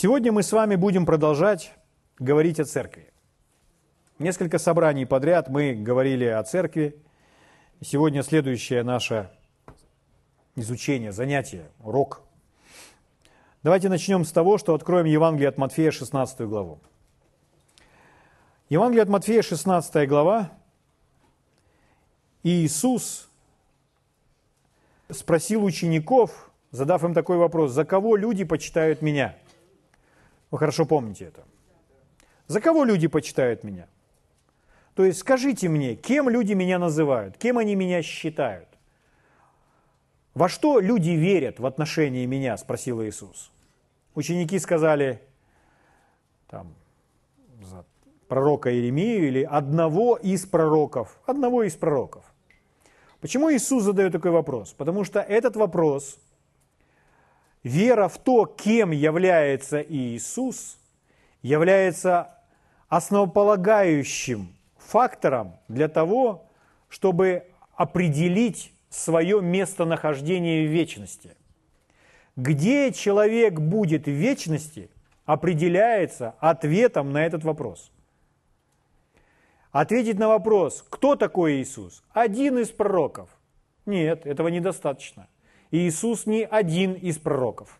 Сегодня мы с вами будем продолжать говорить о церкви. Несколько собраний подряд мы говорили о церкви. Сегодня следующее наше изучение, занятие, урок. Давайте начнем с того, что откроем Евангелие от Матфея, 16 главу. Евангелие от Матфея, 16 глава. И Иисус спросил учеников, задав им такой вопрос: «За кого люди почитают меня?» Вы хорошо помните это. «За кого люди почитают меня?» То есть скажите мне, кем люди меня называют, кем они меня считают? «Во что люди верят в отношении меня?» – спросил Иисус. Ученики сказали за пророка Иеремию или одного из пророков. Почему Иисус задает такой вопрос? Потому что этот вопрос, вера в то, кем является Иисус, является основополагающим фактором для того, чтобы определить свое местонахождение в вечности. Где человек будет в вечности, определяется ответом на этот вопрос. Ответить на вопрос, кто такой Иисус? Один из пророков. Нет, этого недостаточно. Иисус не один из пророков.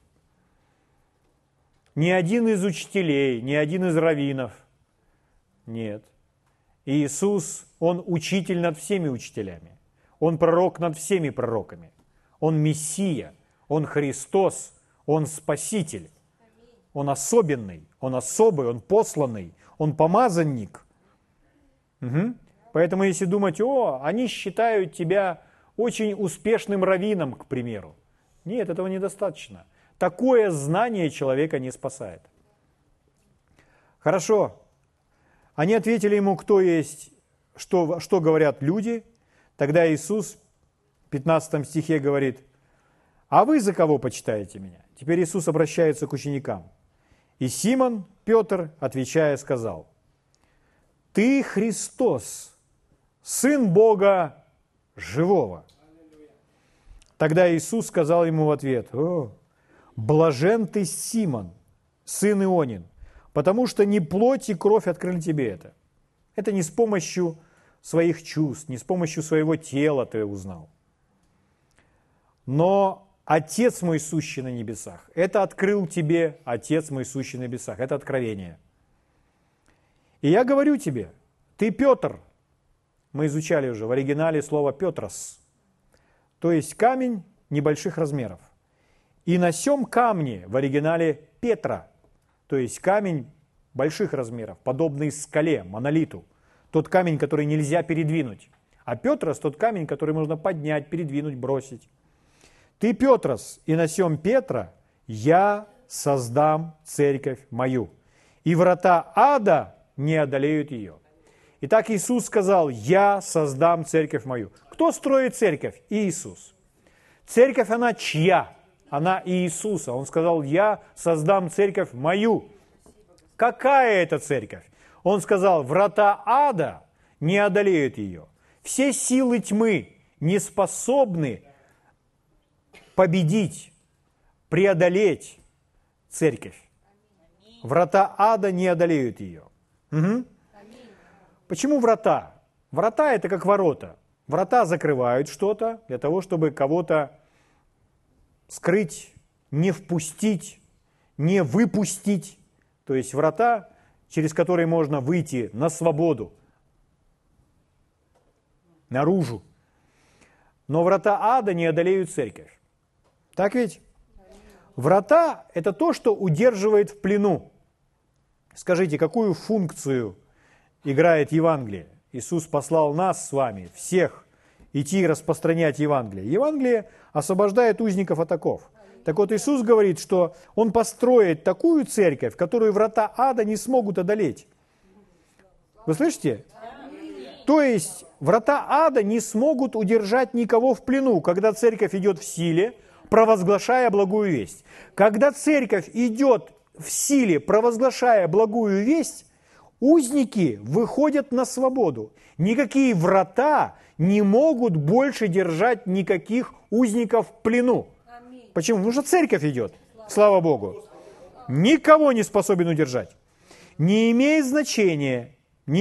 Не один из учителей, не один из раввинов. Нет. Иисус, Он учитель над всеми учителями. Он пророк над всеми пророками. Он Мессия, Он Христос, Он Спаситель. Он особенный, Он особый, Он посланный, Он помазанник. Угу. Поэтому если думать, они считают тебя очень успешным раввином, к примеру. Нет, этого недостаточно. Такое знание человека не спасает. Хорошо. Они ответили ему, кто есть, что говорят люди. Тогда Иисус в 15 стихе говорит: «А вы за кого почитаете меня?» Теперь Иисус обращается к ученикам. И Симон Петр, отвечая, сказал: «Ты Христос, Сын Бога живого». Тогда Иисус сказал ему в ответ: «Блажен ты, Симон, сын Ионин, потому что не плоть и кровь открыли тебе это. Это не с помощью своих чувств, не с помощью своего тела ты узнал. Но Отец мой, сущий на небесах, это открыл тебе Отец мой, сущий на небесах». Это откровение. «И я говорю тебе, ты Петр». Мы изучали уже в оригинале слово «Петрос», то есть камень небольших размеров. «И на сем камне» в оригинале «Петра», то есть камень больших размеров, подобный скале, монолиту. Тот камень, который нельзя передвинуть. А Петрос – тот камень, который можно поднять, передвинуть, бросить. «Ты Петрос, и на сем Петра я создам церковь мою, и врата ада не одолеют ее». Итак, Иисус сказал: «Я создам церковь мою». Кто строит церковь? Иисус. Церковь, она чья? Она Иисуса. Он сказал: «Я создам церковь мою». Какая это церковь? Он сказал: «Врата ада не одолеют ее». Все силы тьмы не способны победить, преодолеть церковь. Врата ада не одолеют ее. Угу. Почему врата? Врата – это как ворота. Врата закрывают что-то для того, чтобы кого-то скрыть, не впустить, не выпустить. То есть врата, через которые можно выйти на свободу, наружу. Но врата ада не одолеют церковь. Так ведь? Врата – это то, что удерживает в плену. Скажите, какую функцию играет Евангелие? Иисус послал нас с вами, всех, идти и распространять Евангелие. Евангелие освобождает узников от оков. Так вот, Иисус говорит, что Он построит такую церковь, которую врата ада не смогут одолеть. Вы слышите? То есть, врата ада не смогут удержать никого в плену, когда церковь идет в силе, провозглашая благую весть. Когда церковь идет в силе, провозглашая благую весть, узники выходят на свободу. Никакие врата не могут больше держать никаких узников в плену. Почему? Потому что церковь идет. Слава Богу. Никого не способен удержать. Не имеет значения,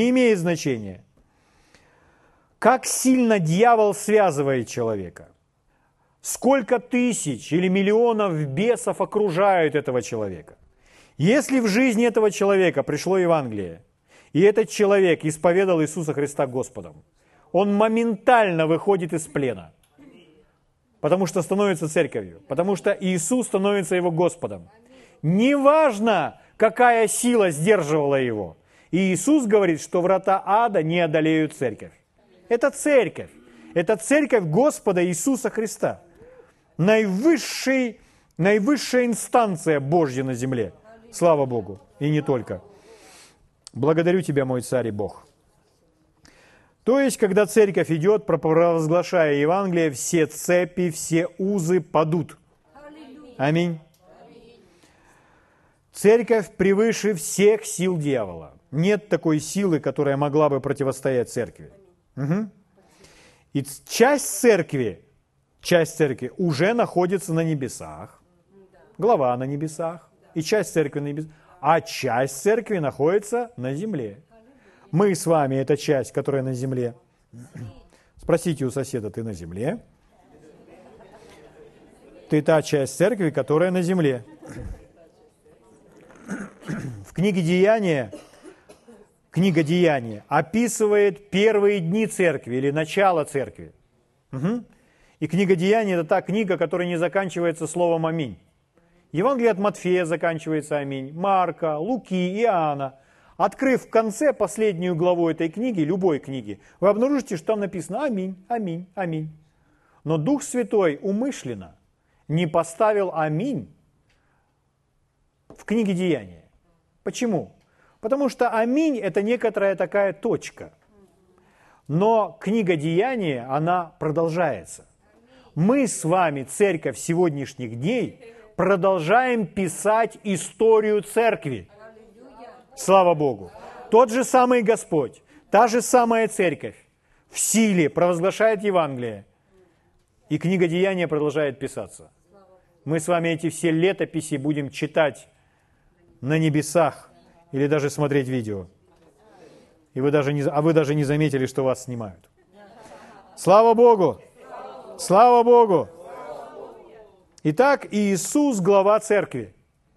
как сильно дьявол связывает человека. Сколько тысяч или миллионов бесов окружают этого человека. Если в жизни этого человека пришло Евангелие, и этот человек исповедал Иисуса Христа Господом, он моментально выходит из плена, потому что становится церковью, потому что Иисус становится его Господом. Неважно, какая сила сдерживала его. И Иисус говорит, что врата ада не одолеют церковь. Это церковь. Это церковь Господа Иисуса Христа. Наивысшая инстанция Божья на земле. Слава Богу. И не только. Благодарю Тебя, мой Царь и Бог. То есть, когда церковь идет, провозглашая Евангелие, все цепи, все узы падут. Аминь. Церковь превыше всех сил дьявола. Нет такой силы, которая могла бы противостоять церкви. Угу. И часть церкви уже находится на небесах. Глава на небесах. И часть церкви на небесах. А часть церкви находится на земле. Мы с вами эта часть, которая на земле. Спросите у соседа, ты на земле? Ты та часть церкви, которая на земле. В книге Деяния описывает первые дни церкви или начало церкви. Угу. И книга Деяний – это та книга, которая не заканчивается словом «Аминь». Евангелие от Матфея заканчивается «Аминь», Марка, Луки, Иоанна. Открыв в конце последнюю главу этой книги, любой книги, вы обнаружите, что там написано «Аминь, аминь, аминь». Но Дух Святой умышленно не поставил «Аминь» в книге Деяния. Почему? Потому что «Аминь» – это некоторая такая точка. Но книга Деяния, она продолжается. Мы с вами, церковь сегодняшних дней, продолжаем писать историю церкви. Слава Богу. Тот же самый Господь, та же самая церковь в силе провозглашает Евангелие. И книга Деяния продолжает писаться. Мы с вами эти все летописи будем читать на небесах или даже смотреть видео. И вы даже не заметили, что вас снимают. Слава Богу! Слава Богу! Итак, Иисус – глава церкви.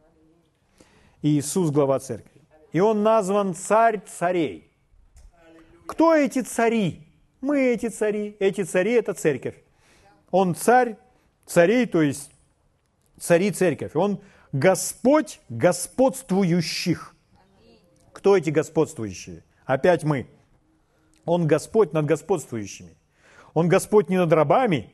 Иисус – глава церкви. И Он назван Царь царей. Кто эти цари? Мы эти цари. Эти цари – это церковь. Он Царь царей, то есть цари церковь. Он Господь господствующих. Кто эти господствующие? Опять мы. Он Господь над господствующими. Он Господь не над рабами,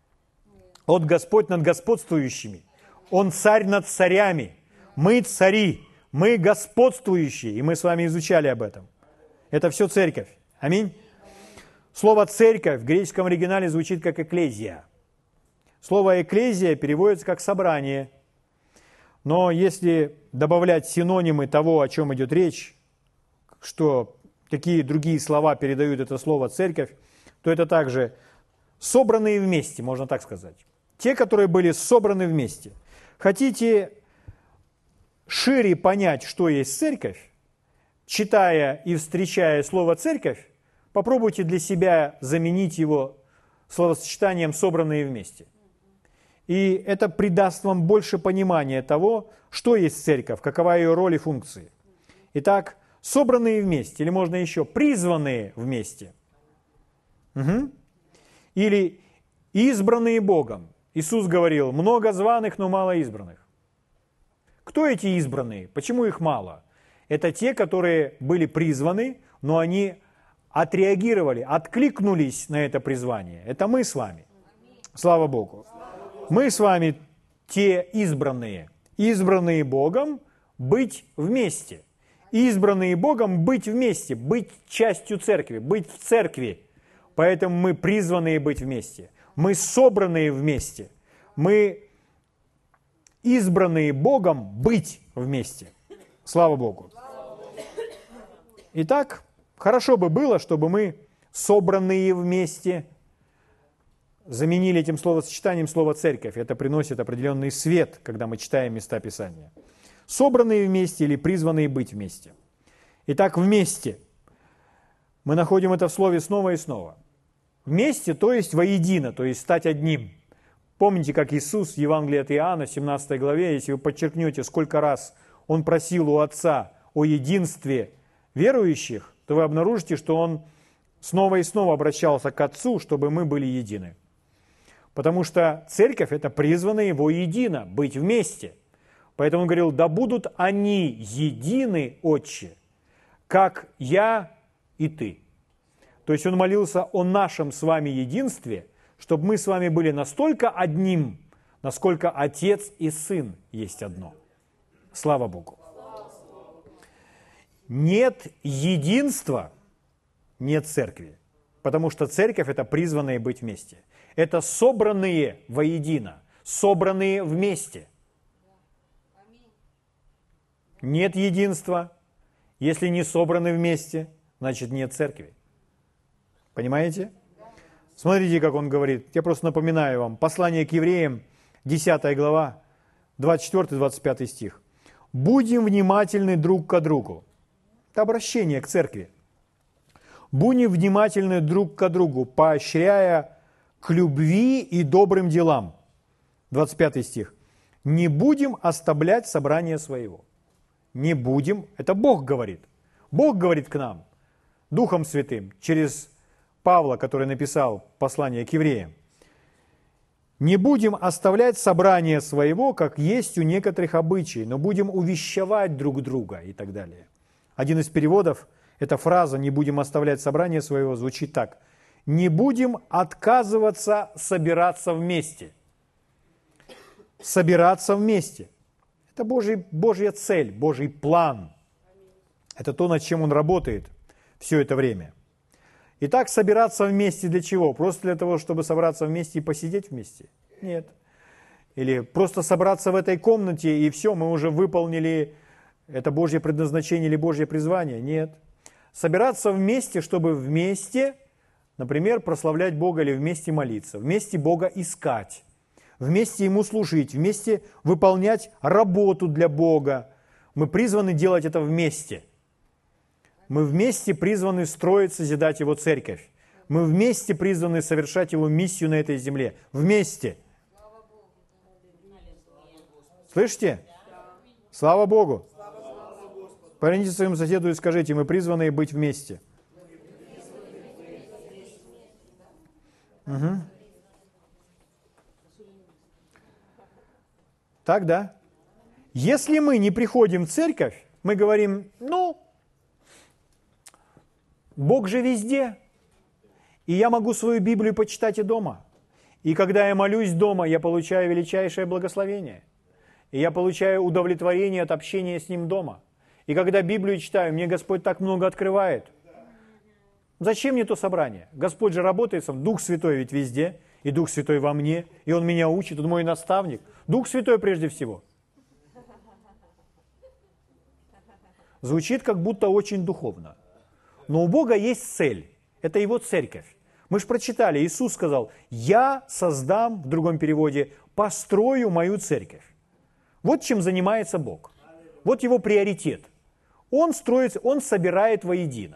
Он Господь над господствующими. Он царь над царями. Мы цари, мы господствующие. И мы с вами изучали об этом. Это все церковь. Аминь. Слово «церковь» в греческом оригинале звучит как «экклезия». Слово «экклезия» переводится как «собрание». Но если добавлять синонимы того, о чем идет речь, что какие другие слова передают это слово «церковь», то это также собранные вместе, можно так сказать. Те, которые были собраны вместе. Хотите шире понять, что есть церковь, читая и встречая слово «церковь», попробуйте для себя заменить его словосочетанием «собранные вместе». И это придаст вам больше понимания того, что есть церковь, какова ее роль и функции. Итак, собранные вместе, или можно еще призванные вместе. Угу. Или избранные Богом. Иисус говорил, много званых, но мало избранных. Кто эти избранные? Почему их мало? Это те, которые были призваны, но они отреагировали, откликнулись на это призвание. Это мы с вами. Слава Богу. Мы с вами те избранные Богом быть вместе. Избранные Богом быть вместе, быть частью церкви, быть в церкви. Поэтому мы призванные быть вместе. Мы собранные вместе. Мы избранные Богом быть вместе. Слава Богу. Итак, хорошо бы было, чтобы мы собранные вместе заменили этим словосочетанием слово «церковь». Это приносит определенный свет, когда мы читаем места Писания. Собранные вместе или призванные быть вместе. Итак, вместе. Мы находим это в слове снова и снова. Вместе, то есть воедино, то есть стать одним. Помните, как Иисус в Евангелии от Иоанна, 17 главе, если вы подчеркнете, сколько раз Он просил у Отца о единстве верующих, то вы обнаружите, что Он снова и снова обращался к Отцу, чтобы мы были едины. Потому что церковь – это призванные воедино, быть вместе. Поэтому Он говорил, да будут они едины, Отче, как я и ты. То есть Он молился о нашем с вами единстве, чтобы мы с вами были настолько одним, насколько Отец и Сын есть одно. Слава Богу. Нет единства, нет церкви. Потому что церковь – это призванные быть вместе. Это собранные воедино, собранные вместе. Нет единства. Если не собраны вместе, значит нет церкви. Понимаете? Смотрите, как он говорит. Я просто напоминаю вам. Послание к евреям, 10 глава, 24-25 стих. «Будем внимательны друг к другу». Это обращение к церкви. «Будем внимательны друг к другу, поощряя к любви и добрым делам». 25 стих. «Не будем оставлять собрание своего». Не будем. Это Бог говорит. Бог говорит к нам, Духом Святым, через Павла, который написал послание к евреям. «Не будем оставлять собрание своего, как есть у некоторых обычаев, но будем увещевать друг друга» и так далее. Один из переводов, эта фраза «не будем оставлять собрание своего» звучит так. «Не будем отказываться собираться вместе». Собираться вместе. Это Божья цель, Божий план. Это то, над чем Он работает все это время. Итак, собираться вместе для чего? Просто для того, чтобы собраться вместе и посидеть вместе? Нет. Или просто собраться в этой комнате, и все, мы уже выполнили это Божье предназначение или Божье призвание? Нет. Собираться вместе, чтобы вместе, например, прославлять Бога или вместе молиться, вместе Бога искать, вместе Ему служить, вместе выполнять работу для Бога. Мы призваны делать это вместе. Мы вместе призваны строить, созидать Его церковь. Мы вместе призваны совершать Его миссию на этой земле. Вместе. Слышите? Слава Богу. Поверните своему соседу и скажите, мы призваны быть вместе. Угу. Так, да? Если мы не приходим в церковь, мы говорим, Бог же везде, и я могу свою Библию почитать и дома. И когда я молюсь дома, я получаю величайшее благословение. И я получаю удовлетворение от общения с Ним дома. И когда Библию читаю, мне Господь так много открывает. Зачем мне то собрание? Господь же работает со мной, Дух Святой ведь везде, и Дух Святой во мне, и Он меня учит, Он мой наставник. Дух Святой прежде всего. Звучит как будто очень духовно. Но у Бога есть цель. Это Его церковь. Мы же прочитали, Иисус сказал, «Я создам», в другом переводе, «построю мою церковь». Вот чем занимается Бог. Вот Его приоритет. Он строит, Он собирает воедино.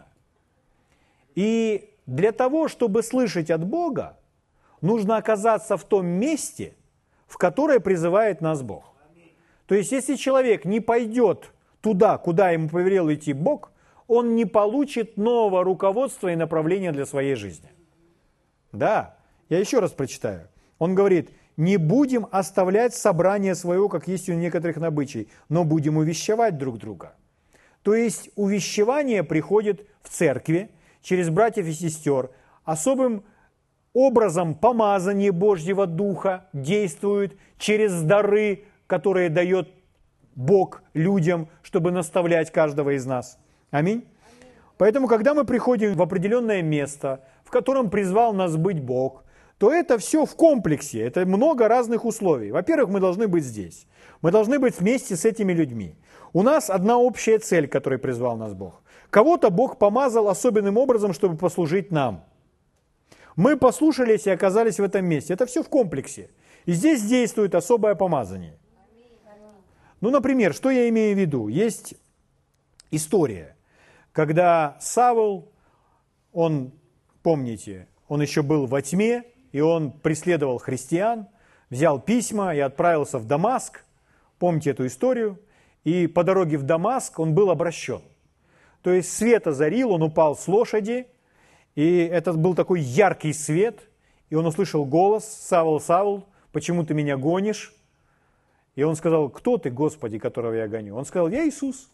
И для того, чтобы слышать от Бога, нужно оказаться в том месте, в которое призывает нас Бог. То есть, если человек не пойдет туда, куда ему повелел идти Бог, он не получит нового руководства и направления для своей жизни. Да, я еще раз прочитаю. Он говорит, не будем оставлять собрание своего, как есть у некоторых обычаев, но будем увещевать друг друга. То есть увещевание приходит в церкви через братьев и сестер. Особым образом помазание Божьего Духа действует через дары, которые дает Бог людям, чтобы наставлять каждого из нас. Аминь. Поэтому, когда мы приходим в определенное место, в котором призвал нас быть Бог, то это все в комплексе, это много разных условий. Во-первых, мы должны быть здесь. Мы должны быть вместе с этими людьми. У нас одна общая цель, к которой призвал нас Бог. Кого-то Бог помазал особенным образом, чтобы послужить нам. Мы послушались и оказались в этом месте. Это все в комплексе. И здесь действует особое помазание. Ну, например, что я имею в виду? Есть история, когда Савл, он, помните, он еще был во тьме, и он преследовал христиан, взял письма и отправился в Дамаск. Помните эту историю? И по дороге в Дамаск он был обращен. То есть свет озарил, он упал с лошади, и это был такой яркий свет, и он услышал голос: «Савл, Савл, почему ты меня гонишь?» И он сказал: «Кто ты, Господи, которого я гоню?» Он сказал: «Я Иисус».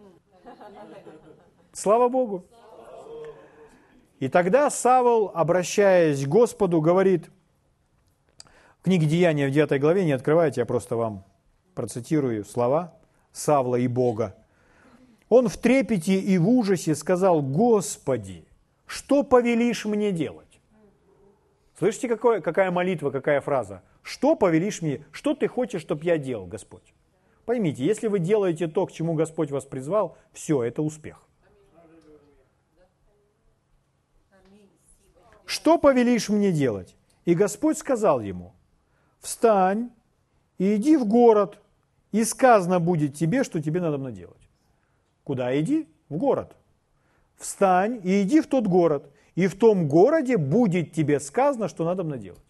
Слава Богу. И тогда Савл, обращаясь к Господу, говорит, в книге Деяния в 9 главе, не открывайте, я просто вам процитирую слова Савла и Бога. Он в трепете и в ужасе сказал: «Господи, что повелишь мне делать?» Слышите, какая молитва, какая фраза? «Что повелишь мне? Что ты хочешь, чтобы я делал, Господь?» Поймите, если вы делаете то, к чему Господь вас призвал, все, это успех. «Что повелишь мне делать?» И Господь сказал ему: «Встань и иди в город, и сказано будет тебе, что тебе надо делать». Куда иди? В город. «Встань и иди в тот город, и в том городе будет тебе сказано, что надо делать».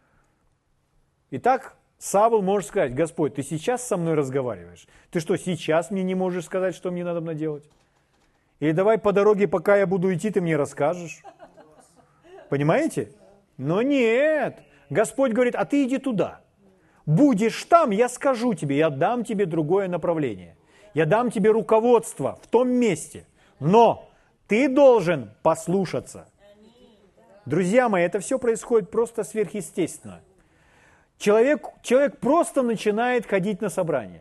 Итак, Савл может сказать: «Господь, ты сейчас со мной разговариваешь? Ты что, сейчас мне не можешь сказать, что мне надо делать? Или давай по дороге, пока я буду идти, ты мне расскажешь?» Понимаете? Но нет. Господь говорит: «А ты иди туда. Будешь там, я скажу тебе, я дам тебе другое направление. Я дам тебе руководство в том месте. Но ты должен послушаться». Друзья мои, это все происходит просто сверхъестественно. Человек просто начинает ходить на собрание.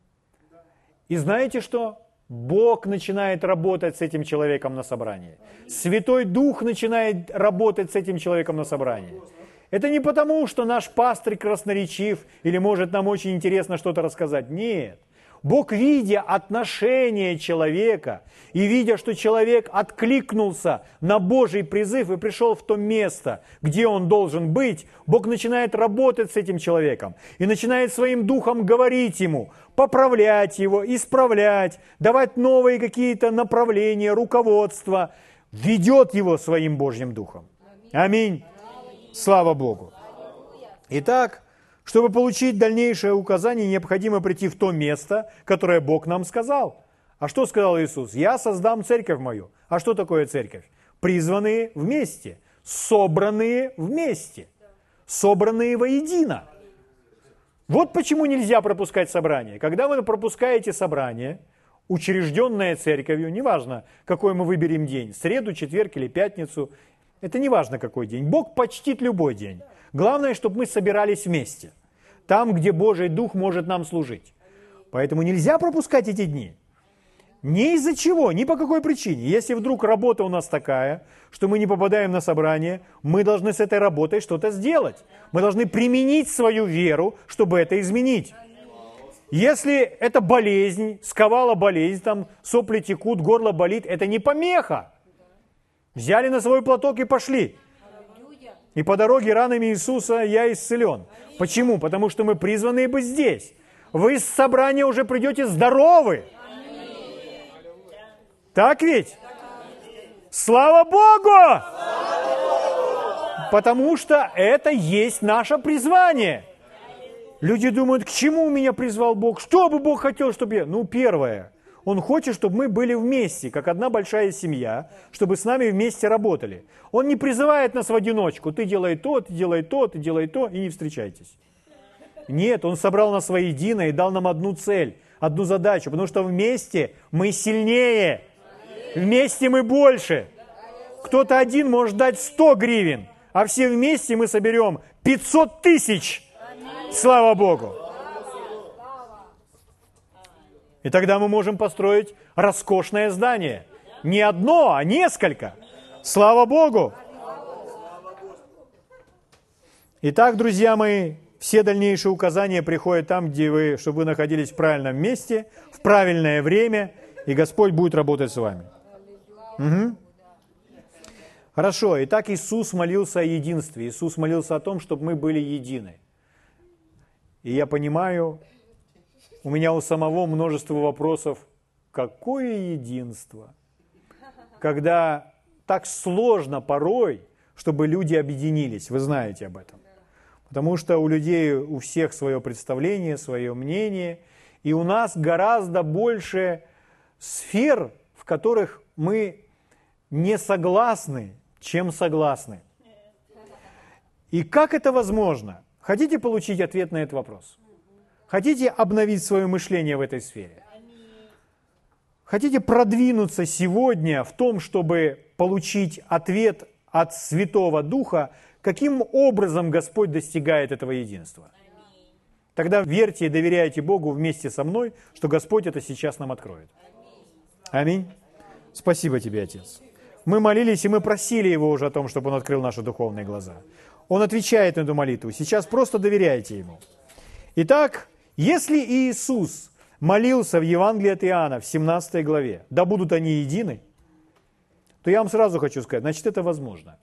И знаете что? Бог начинает работать с этим человеком на собрании. Святой Дух начинает работать с этим человеком на собрании. Это не потому, что наш пастырь красноречив или может нам очень интересно что-то рассказать. Нет. Бог, видя отношение человека и видя, что человек откликнулся на Божий призыв и пришел в то место, где он должен быть, Бог начинает работать с этим человеком и начинает своим духом говорить ему, поправлять его, исправлять, давать новые какие-то направления, руководство, ведет его своим Божьим духом. Аминь. Слава Богу. Итак, чтобы получить дальнейшее указание, необходимо прийти в то место, которое Бог нам сказал. А что сказал Иисус? «Я создам церковь мою». А что такое церковь? Призванные вместе, собранные вместе, собранные воедино. Вот почему нельзя пропускать собрание. Когда вы пропускаете собрание, учрежденное церковью, неважно, какой мы выберем день, среду, четверг или пятницу, это неважно какой день. Бог почтит любой день. Главное, чтобы мы собирались вместе, там, где Божий Дух может нам служить. Поэтому нельзя пропускать эти дни. Ни из-за чего, ни по какой причине. Если вдруг работа у нас такая, что мы не попадаем на собрание, мы должны с этой работой что-то сделать. Мы должны применить свою веру, чтобы это изменить. Если это болезнь, сковала болезнь, там сопли текут, горло болит, это не помеха. Взяли на свой платок и пошли. И по дороге ранами Иисуса я исцелен. Почему? Потому что мы призваны быть здесь. Вы из собрания уже придете здоровы. Так ведь? Слава Богу! Потому что это есть наше призвание. Люди думают, к чему меня призвал Бог? Что бы Бог хотел, чтобы я... Ну, первое. Он хочет, чтобы мы были вместе, как одна большая семья, чтобы с нами вместе работали. Он не призывает нас в одиночку. Ты делай то, ты делай то, ты делай то, и не встречайтесь. Нет, Он собрал нас воедино и дал нам одну цель, одну задачу, потому что вместе мы сильнее, вместе мы больше. Кто-то один может дать 100 гривен, а все вместе мы соберем 500 тысяч. Слава Богу! И тогда мы можем построить роскошное здание. Не одно, а несколько. Слава Богу! Итак, друзья мои, все дальнейшие указания приходят там, чтобы вы находились в правильном месте, в правильное время, и Господь будет работать с вами. Угу. Хорошо, итак, Иисус молился о единстве. Иисус молился о том, чтобы мы были едины. И я понимаю, У меня у самого множество вопросов. Какое единство? Когда так сложно порой, чтобы люди объединились. Вы знаете об этом. Потому что у людей, у всех свое представление, свое мнение. И у нас гораздо больше сфер, в которых мы не согласны, чем согласны. И как это возможно? Хотите получить ответ на этот вопрос? Хотите обновить свое мышление в этой сфере? Хотите продвинуться сегодня в том, чтобы получить ответ от Святого Духа, каким образом Господь достигает этого единства? Тогда верьте и доверяйте Богу вместе со мной, что Господь это сейчас нам откроет. Аминь. Спасибо тебе, Отец. Мы молились и мы просили Его уже о том, чтобы Он открыл наши духовные глаза. Он отвечает на эту молитву. Сейчас просто доверяйте Ему. Итак, если Иисус молился в Евангелии от Иоанна в 17 главе, да будут они едины, то я вам сразу хочу сказать, значит, это возможно.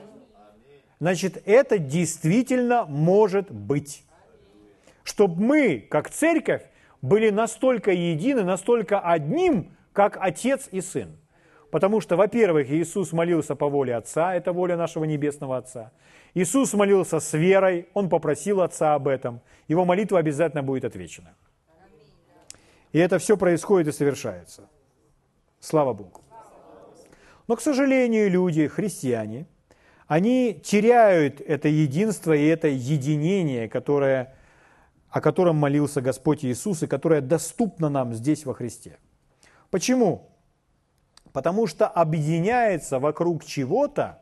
Значит, это действительно может быть. Чтобы мы, как церковь, были настолько едины, настолько одним, как Отец и Сын. Потому что, во-первых, Иисус молился по воле Отца, это воля нашего Небесного Отца. Иисус молился с верой, Он попросил Отца об этом. Его молитва обязательно будет отвечена. И это все происходит и совершается. Слава Богу. Но, к сожалению, люди, христиане, они теряют это единство и это единение, о котором молился Господь Иисус и которое доступно нам здесь во Христе. Почему? Потому что объединяется вокруг чего-то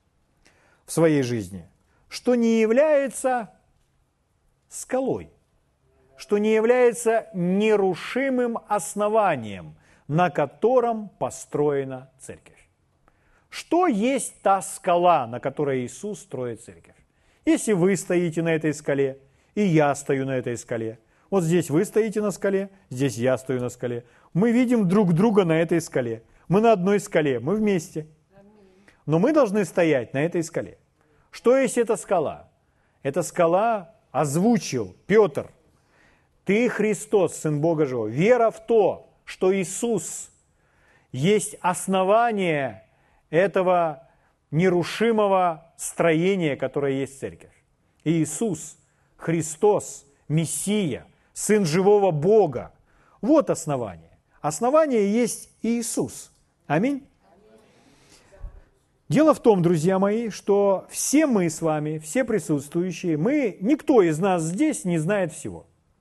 в своей жизни, что не является скалой, что не является нерушимым основанием, на котором построена церковь. Что есть та скала, на которой Иисус строит церковь? Если вы стоите на этой скале, и я стою на этой скале, вот здесь вы стоите на скале, здесь я стою на скале, мы видим друг друга на этой скале, мы на одной скале, мы вместе. Но мы должны стоять на этой скале. Что есть эта скала? Эта скала озвучил Петр. Ты Христос, Сын Бога Живого. Вера в то, что Иисус есть основание этого нерушимого строения, которое есть церковь. И Иисус, Христос, Мессия, Сын живого Бога. Вот основание. Основание есть Иисус. Аминь. Дело в том, друзья мои, что все мы с вами, все присутствующие, никто из нас здесь не знает всего.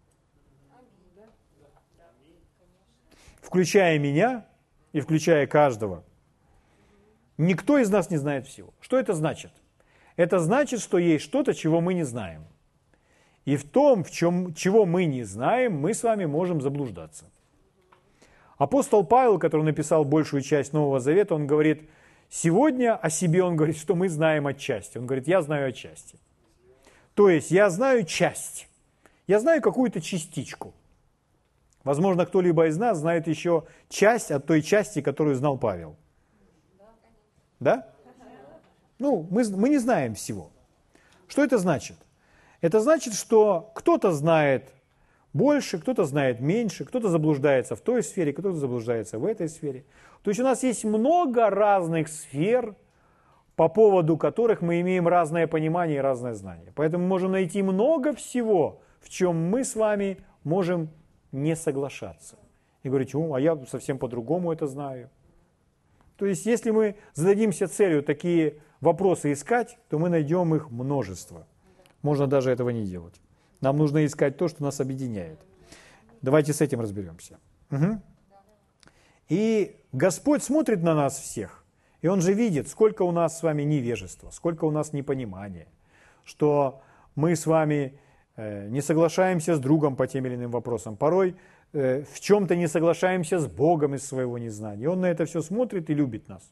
Включая меня и включая каждого. Никто из нас не знает всего. Что это значит? Это значит, что есть что-то, чего мы не знаем. И в том, чего мы не знаем, мы с вами можем заблуждаться. Апостол Павел, который написал большую часть Нового Завета, он говорит, сегодня о себе он говорит, что мы знаем отчасти. Он говорит, я знаю отчасти. То есть я знаю часть. Я знаю какую-то частичку. Возможно, кто-либо из нас знает еще часть от той части, которую знал Павел. Да? Мы не знаем всего. Что это значит? Это значит, что кто-то знает больше, кто-то знает меньше, кто-то заблуждается в той сфере, кто-то заблуждается в этой сфере. То есть у нас есть много разных сфер, по поводу которых мы имеем разное понимание и разное знание. Поэтому мы можем найти много всего, в чем мы с вами можем не соглашаться. И говорить, а я совсем по-другому это знаю. То есть если мы зададимся целью такие вопросы искать, то мы найдем их множество. Можно даже этого не делать. Нам нужно искать то, что нас объединяет. Давайте с этим разберемся. Угу. И Господь смотрит на нас всех, и Он же видит, сколько у нас с вами невежества, сколько у нас непонимания, что мы с вами не соглашаемся с другом по тем или иным вопросам. Порой в чем-то не соглашаемся с Богом из своего незнания. И Он на это все смотрит и любит нас.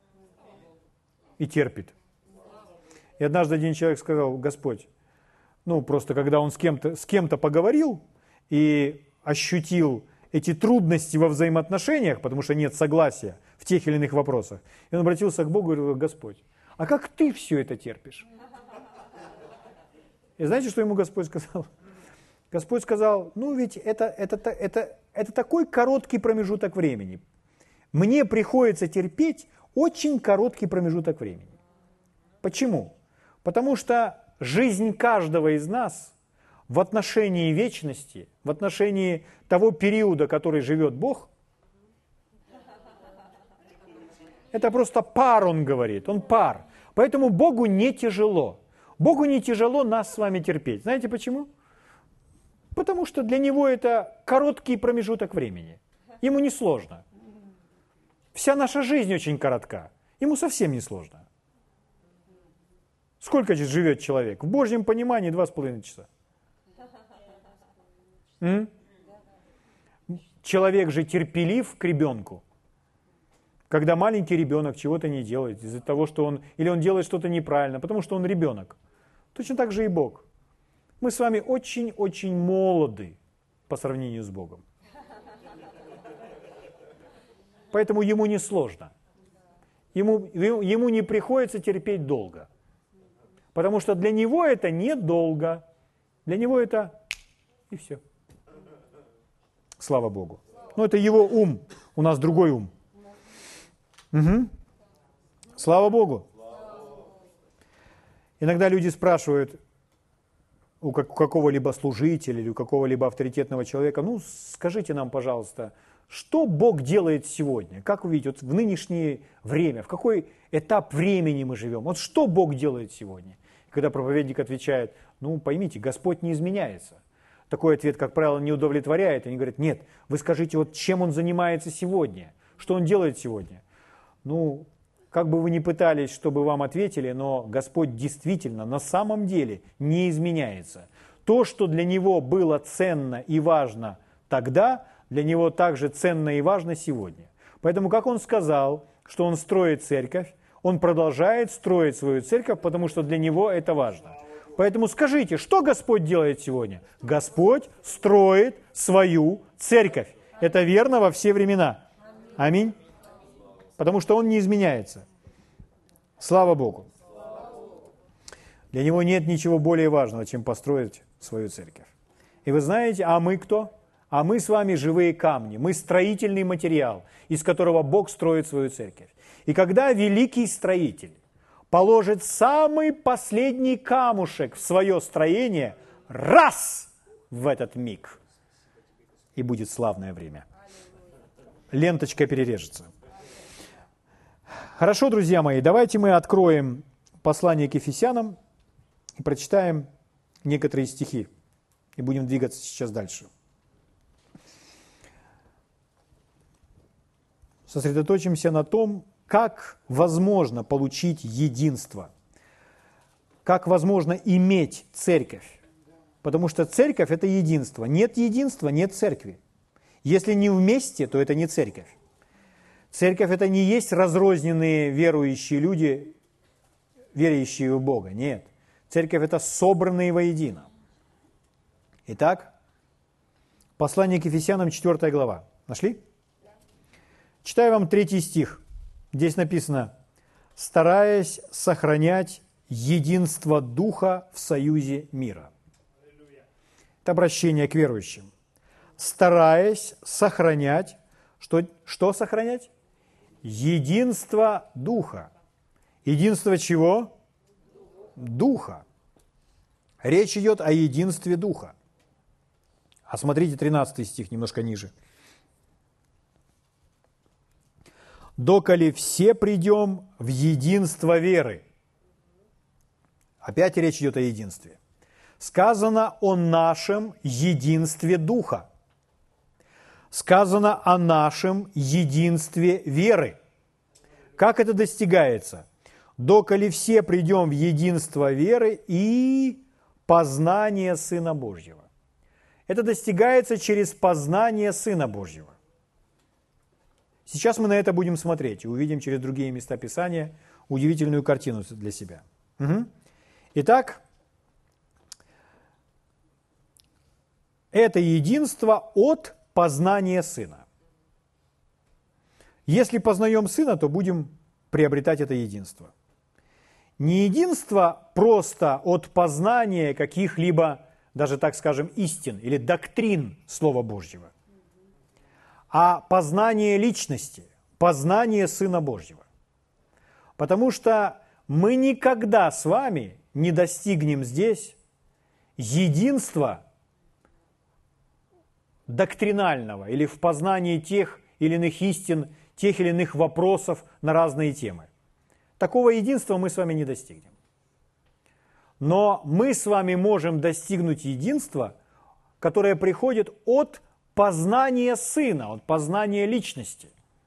И терпит. И однажды один человек сказал, Господь, просто когда он с кем-то поговорил и ощутил эти трудности во взаимоотношениях, потому что нет согласия в тех или иных вопросах, и он обратился к Богу и говорил, Господь, а как ты все это терпишь? И знаете, что ему Господь сказал? Господь сказал, ну ведь это такой короткий промежуток времени. Мне приходится терпеть очень короткий промежуток времени. Почему? Потому что жизнь каждого из нас в отношении вечности, в отношении того периода, который живет Бог, это просто пар, он говорит, он пар. Поэтому Богу не тяжело. Богу не тяжело нас с вами терпеть. Знаете почему? Потому что для Него это короткий промежуток времени. Ему не сложно. Вся наша жизнь очень коротка. Ему совсем не сложно. Сколько здесь живет человек? В Божьем понимании 2,5 часа. Человек же терпелив к ребенку. Когда маленький ребенок чего-то не делает из-за того, что он делает что-то неправильно, потому что он ребенок. Точно так же и Бог. Мы с вами очень-очень молоды по сравнению с Богом. Поэтому Ему не сложно. Ему не приходится терпеть долго. Потому что для Него это недолго. Для Него это и все. Слава Богу. Но это Его ум. У нас другой ум. Угу. Слава Богу. Иногда люди спрашивают у какого-либо служителя или у какого-либо авторитетного человека, ну скажите нам, пожалуйста, что Бог делает сегодня? Как вы видите, вот в нынешнее время, в какой этап времени мы живем? Вот что Бог делает сегодня? Когда проповедник отвечает, ну поймите, Господь не изменяется. Такой ответ, как правило, не удовлетворяет. Они говорят, нет, вы скажите, вот чем Он занимается сегодня? Что Он делает сегодня? Ну, как бы вы ни пытались, чтобы вам ответили, но Господь действительно, на самом деле, не изменяется. То, что для Него было ценно и важно тогда, для Него также ценно и важно сегодня. Поэтому, как Он сказал, что Он строит церковь, Он продолжает строить свою церковь, потому что для Него это важно. Поэтому скажите, что Господь делает сегодня? Господь строит свою церковь. Это верно во все времена. Аминь. Потому что Он не изменяется. Слава Богу. Для Него нет ничего более важного, чем построить свою церковь. И вы знаете, а мы кто? А мы с вами живые камни. Мы строительный материал, из которого Бог строит свою церковь. И когда великий строитель положит самый последний камушек в свое строение, раз в этот миг, и будет славное время. Ленточка перережется. Хорошо, друзья мои, давайте мы откроем послание к Ефесянам и прочитаем некоторые стихи. И будем двигаться сейчас дальше. Сосредоточимся на том, как возможно получить единство, как возможно иметь церковь. Потому что церковь – это единство. Нет единства – нет церкви. Если не вместе, то это не церковь. Церковь – это не есть разрозненные верующие люди, верующие в Бога. Нет. Церковь – это собранные воедино. Итак, послание к Ефесянам, 4 глава. Нашли? Читаю вам 3 стих. Здесь написано: «Стараясь сохранять единство Духа в союзе мира». Это обращение к верующим. Стараясь сохранять, что сохранять? Единство Духа. Единство чего? Духа. Речь идет о единстве Духа. А смотрите 13 стих, немножко ниже. «Доколе все придем в единство веры». Опять речь идет о единстве. Сказано о нашем единстве Духа. Сказано о нашем единстве веры. Как это достигается? «Доколе все придем в единство веры и познание Сына Божьего». Это достигается через познание Сына Божьего. Сейчас мы на это будем смотреть и увидим через другие места Писания удивительную картину для себя. Угу. Итак, это единство от познания Сына. Если познаем Сына, то будем приобретать это единство. Не единство просто от познания каких-либо даже, так скажем, истин или доктрин Слова Божьего, а познание личности, познание Сына Божьего. Потому что мы никогда с вами не достигнем здесь единства доктринального или в познании тех или иных истин, тех или иных вопросов на разные темы. Такого единства мы с вами не достигнем. Но мы с вами можем достигнуть единства, которое приходит от познания Сына, от познания личности.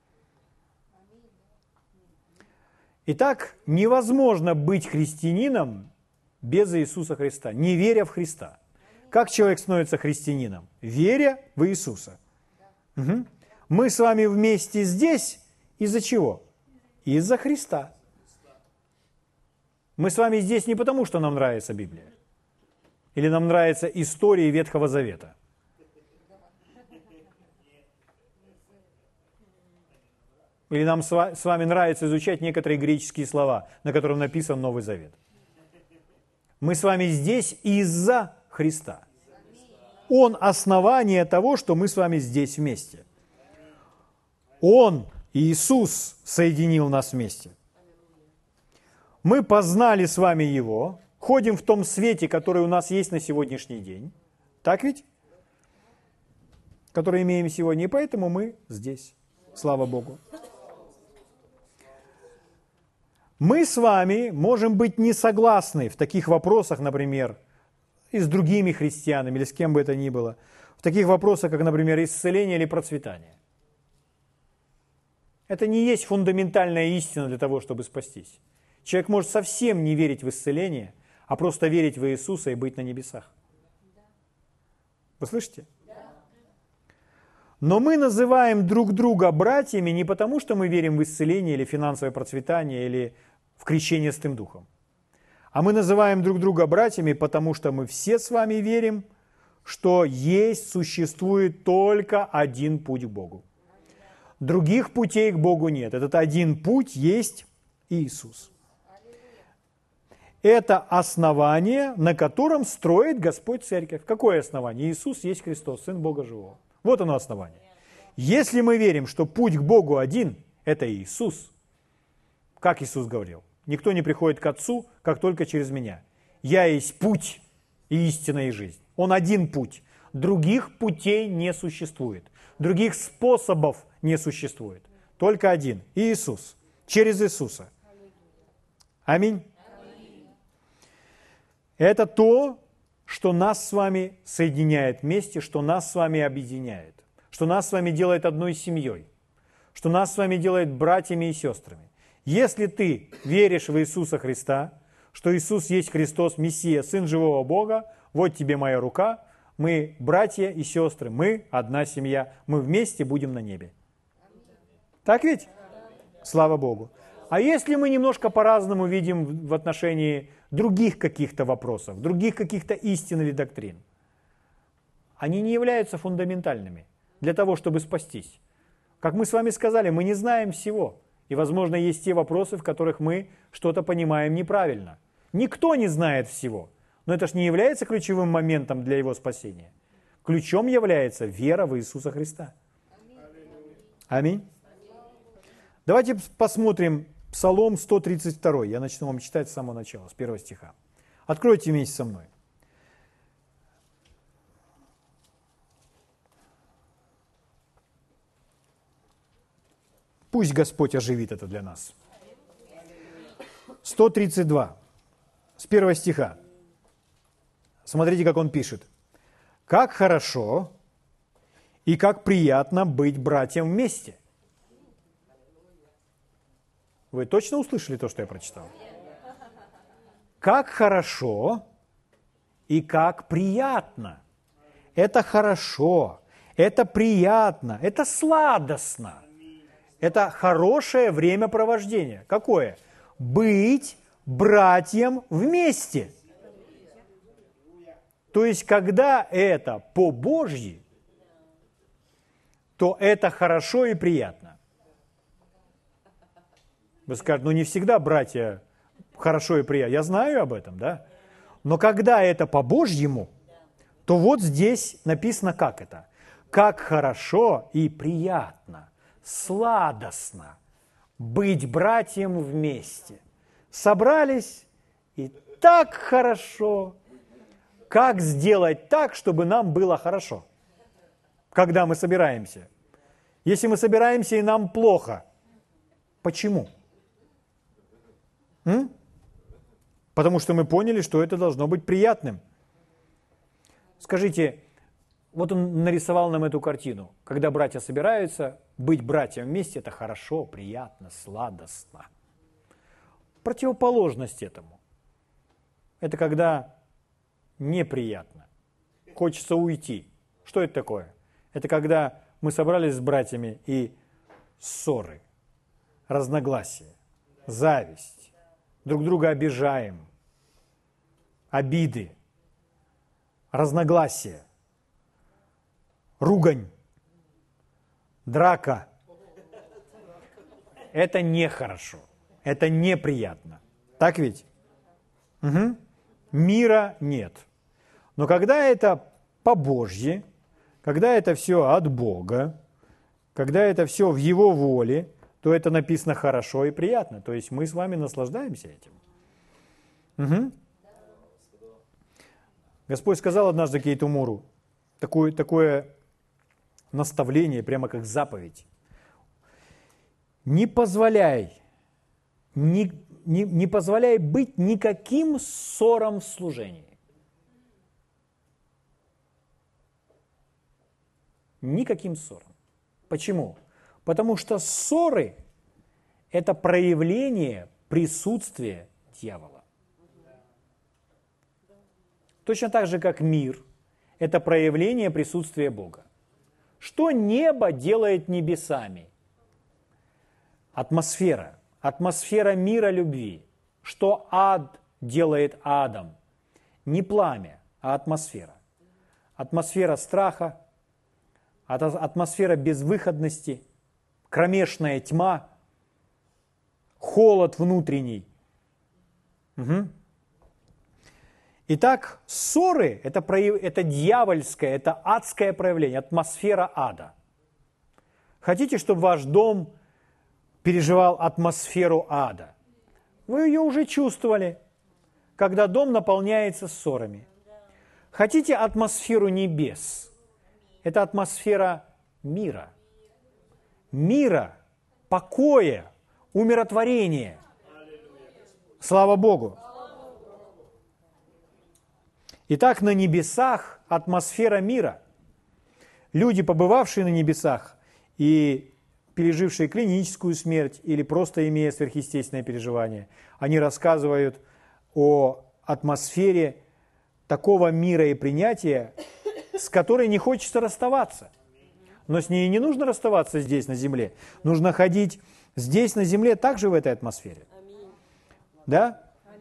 Итак, невозможно быть христианином без Иисуса Христа, не веря в Христа. Как человек становится христианином? Веря в Иисуса. Угу. Мы с вами вместе здесь из-за чего? Из-за Христа. Мы с вами здесь не потому, что нам нравится Библия. Или нам нравятся истории Ветхого Завета. Или нам с вами нравится изучать некоторые греческие слова, на которых написан Новый Завет. Мы с вами здесь из-за Христа. Он основание того, что мы с вами здесь вместе. Он, Иисус, соединил нас вместе. Мы познали с вами Его, ходим в том свете, который у нас есть на сегодняшний день. Так ведь? Который имеем сегодня, и поэтому мы здесь. Слава Богу. Мы с вами можем быть не согласны в таких вопросах, например, и с другими христианами, или с кем бы это ни было, в таких вопросах, как, например, исцеление или процветание. Это не есть фундаментальная истина для того, чтобы спастись. Человек может совсем не верить в исцеление, а просто верить в Иисуса и быть на небесах. Вы слышите? Но мы называем друг друга братьями не потому, что мы верим в исцеление или финансовое процветание, или в крещение Святым Духом. А мы называем друг друга братьями, потому что мы все с вами верим, что существует только один путь к Богу. Других путей к Богу нет. Этот один путь есть Иисус. Это основание, на котором строит Господь Церковь. Какое основание? Иисус есть Христос, Сын Бога Живого. Вот оно основание. Если мы верим, что путь к Богу один, это Иисус, как Иисус говорил, никто не приходит к Отцу, как только через меня. Я есть путь и истина и жизнь. Он один путь. Других путей не существует. Других способов не существует. Только один. Иисус. Через Иисуса. Аминь. Это то, что нас с вами соединяет вместе, что нас с вами объединяет, что нас с вами делает одной семьей, что нас с вами делает братьями и сестрами. Если ты веришь в Иисуса Христа, что Иисус есть Христос, Мессия, Сын живого Бога, вот тебе моя рука, мы братья и сестры, мы одна семья, мы вместе будем на небе. Так ведь? Слава Богу. А если мы немножко по-разному видим в отношении других каких-то вопросов, других каких-то истин или доктрин, они не являются фундаментальными для того, чтобы спастись. Как мы с вами сказали, мы не знаем всего. И, возможно, есть те вопросы, в которых мы что-то понимаем неправильно. Никто не знает всего. Но это же не является ключевым моментом для его спасения. Ключом является вера в Иисуса Христа. Аминь. Давайте посмотрим Псалом 132. Я начну вам читать с самого начала, с 1 стиха. Откройте вместе со мной. Пусть Господь оживит это для нас. 132. С 1 стиха. Смотрите, как он пишет. «Как хорошо и как приятно быть братьям вместе». Вы точно услышали то, что я прочитал? Как хорошо и как приятно. Это хорошо, это приятно, это сладостно. Это хорошее времяпровождение. Какое? Быть братьям вместе. То есть, когда это по-божьи, то это хорошо и приятно. Вы скажете, не всегда братья хорошо и приятно. Я знаю об этом, да? Но когда это по-божьему, то вот здесь написано как это. Как хорошо и приятно, сладостно быть братьям вместе. Собрались, и так хорошо. Как сделать так, чтобы нам было хорошо, когда мы собираемся? Если мы собираемся и нам плохо, почему? Потому что мы поняли, что это должно быть приятным. Скажите, вот он нарисовал нам эту картину. Когда братья собираются, быть братьям вместе – это хорошо, приятно, сладостно. Противоположность этому – это когда неприятно, хочется уйти. Что это такое? Это когда мы собрались с братьями и ссоры, разногласия, зависть, друг друга обижаем, обиды, разногласия, ругань, драка. Это нехорошо, это неприятно. Так ведь? Угу. Мира нет. Но когда это по-божьи, когда это все от Бога, когда это все в Его воле, то это написано хорошо и приятно. То есть мы с вами наслаждаемся этим. Угу. Господь сказал однажды Кейту Муру такое наставление, прямо как заповедь. Не позволяй быть никаким ссорам в служении. Никаким ссорам. Почему? Потому что ссоры – это проявление присутствия дьявола. Точно так же, как мир – это проявление присутствия Бога. Что небо делает небесами? Атмосфера. Атмосфера мира любви. Что ад делает адом? Не пламя, а атмосфера. Атмосфера страха, атмосфера безвыходности, кромешная тьма, холод внутренний. Угу. Итак, ссоры – это дьявольское, это адское проявление, атмосфера ада. Хотите, чтобы ваш дом переживал атмосферу ада? Вы ее уже чувствовали, когда дом наполняется ссорами. Хотите атмосферу небес? Это атмосфера мира. Мира, покоя, умиротворения. Слава Богу. Итак, на небесах атмосфера мира. Люди, побывавшие на небесах и пережившие клиническую смерть или просто имея сверхъестественное переживание, они рассказывают о атмосфере такого мира и принятия, с которой не хочется расставаться. Но с ней не нужно расставаться здесь, на земле. Нужно ходить здесь, на земле, также в этой атмосфере. Да?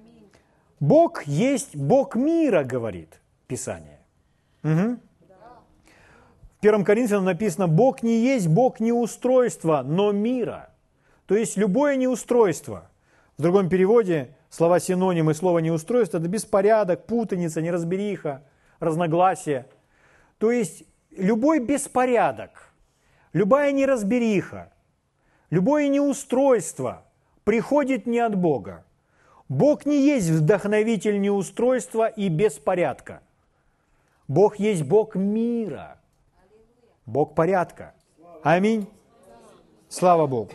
Бог есть Бог мира, говорит Писание. Угу. В 1 Коринфянам написано, Бог не есть Бог неустройства, но мира. То есть любое неустройство. В другом переводе слова синонимы слова неустройство – это беспорядок, путаница, неразбериха, разногласие. То есть любой беспорядок, любая неразбериха, любое неустройство приходит не от Бога. Бог не есть вдохновитель неустройства и беспорядка. Бог есть Бог мира, Бог порядка. Аминь. Слава Богу.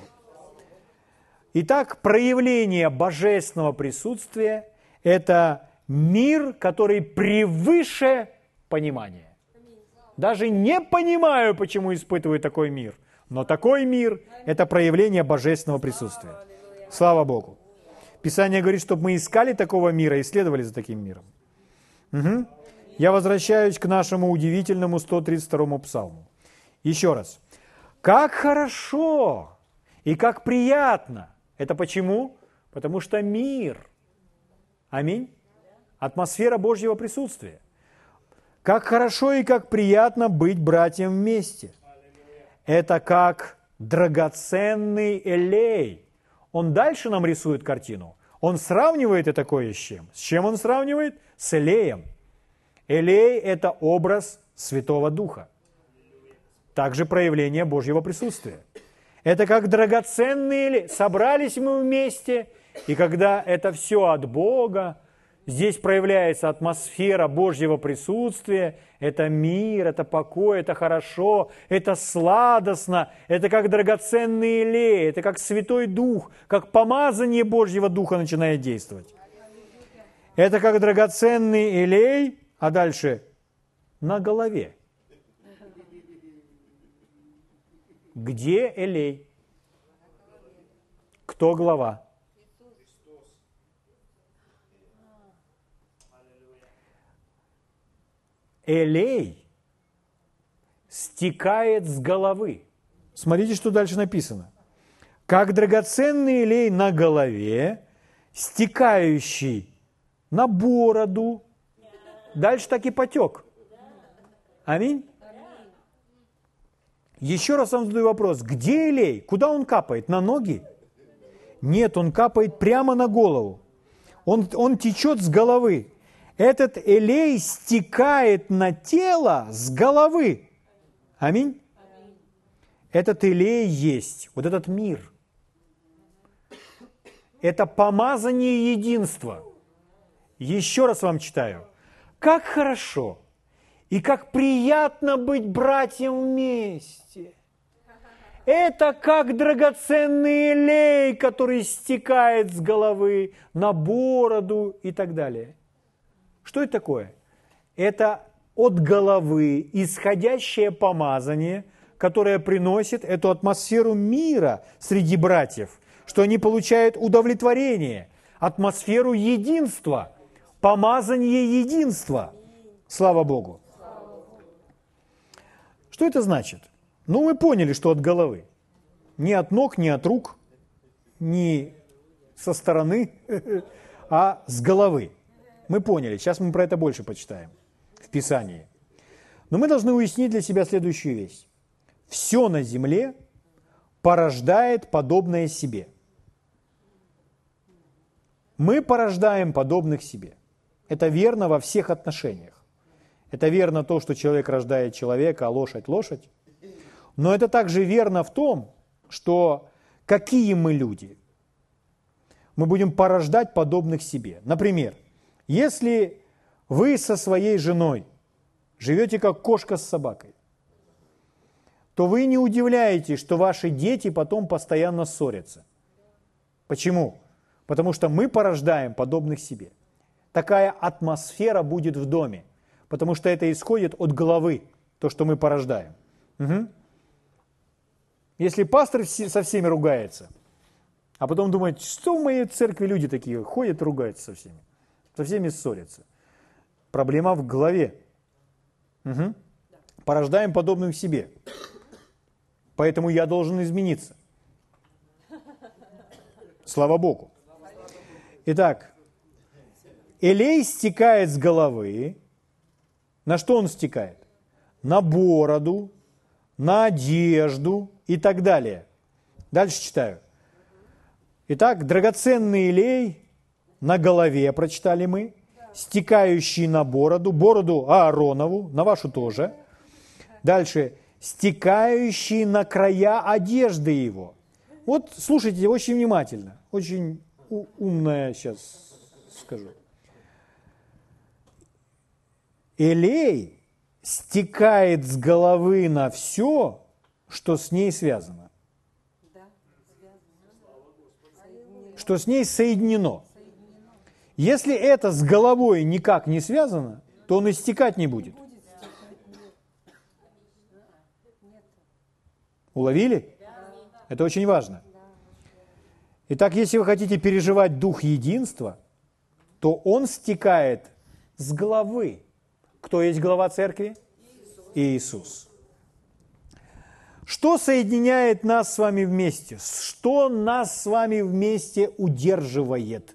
Итак, проявление божественного присутствия – это мир, который превыше понимания. Даже не понимаю, почему испытываю такой мир, но такой мир – это проявление божественного присутствия. Слава Богу. Писание говорит, чтобы мы искали такого мира и следовали за таким миром. Угу. Я возвращаюсь к нашему удивительному 132-му псалму. Еще раз. Как хорошо и как приятно. Это почему? Потому что мир. Аминь. Атмосфера Божьего присутствия. Как хорошо и как приятно быть братьям вместе. Это как драгоценный элей. Он дальше нам рисует картину. Он сравнивает это кое с чем. С чем он сравнивает? С элеем. Элей – это образ Святого Духа. Также проявление Божьего присутствия. Это как драгоценные элей. Собрались мы вместе, и когда это все от Бога, здесь проявляется атмосфера Божьего присутствия, это мир, это покой, это хорошо, это сладостно, это как драгоценный элей, это как Святой Дух, как помазание Божьего Духа начинает действовать. Это как драгоценный элей, а дальше на голове. Где элей? Кто глава? Элей стекает с головы. Смотрите, что дальше написано. Как драгоценный элей на голове, стекающий на бороду. Дальше так и потек. Аминь. Еще раз вам задаю вопрос. Где элей? Куда он капает? На ноги? Нет, он капает прямо на голову. Он течет с головы. Этот элей стекает на тело с головы. Аминь. Этот элей есть, вот этот мир. Это помазание единства. Еще раз вам читаю. Как хорошо и как приятно быть братьям вместе. Это как драгоценный элей, который стекает с головы на бороду и так далее. Что это такое? Это от головы исходящее помазание, которое приносит эту атмосферу мира среди братьев, что они получают удовлетворение, атмосферу единства, помазание единства. Слава Богу. Что это значит? Ну, мы поняли, что от головы. Не от ног, не от рук, не со стороны, а с головы. Мы поняли. Сейчас мы про это больше почитаем в Писании. Но мы должны уяснить для себя следующую вещь. Все на земле порождает подобное себе. Мы порождаем подобных себе. Это верно во всех отношениях. Это верно то, что человек рождает человека, а лошадь – лошадь. Но это также верно в том, что какие мы люди, мы будем порождать подобных себе. Например, если вы со своей женой живете как кошка с собакой, то вы не удивляетесь, что ваши дети потом постоянно ссорятся. Почему? Потому что мы порождаем подобных себе. Такая атмосфера будет в доме, потому что это исходит от головы, то, что мы порождаем. Угу. Если пастор со всеми ругается, а потом думает, что в моей церкви люди такие ходят, ругаются со всеми ссорятся. Проблема в голове. Угу. Порождаем подобным себе. Поэтому я должен измениться. Слава Богу. Итак, элей стекает с головы. На что он стекает? На бороду, на одежду и так далее. Дальше читаю. Итак, драгоценный элей на голове, прочитали мы, стекающий на бороду Ааронову, на вашу тоже. Дальше, стекающий на края одежды его. Вот слушайте очень внимательно, очень умное сейчас скажу. Элей стекает с головы на все, что с ней связано. Что с ней соединено. Если это с головой никак не связано, то он и стекать не будет. Уловили? Это очень важно. Итак, если вы хотите переживать дух единства, то он стекает с головы. Кто есть глава церкви? Иисус. Что соединяет нас с вами вместе? Что нас с вами вместе удерживает?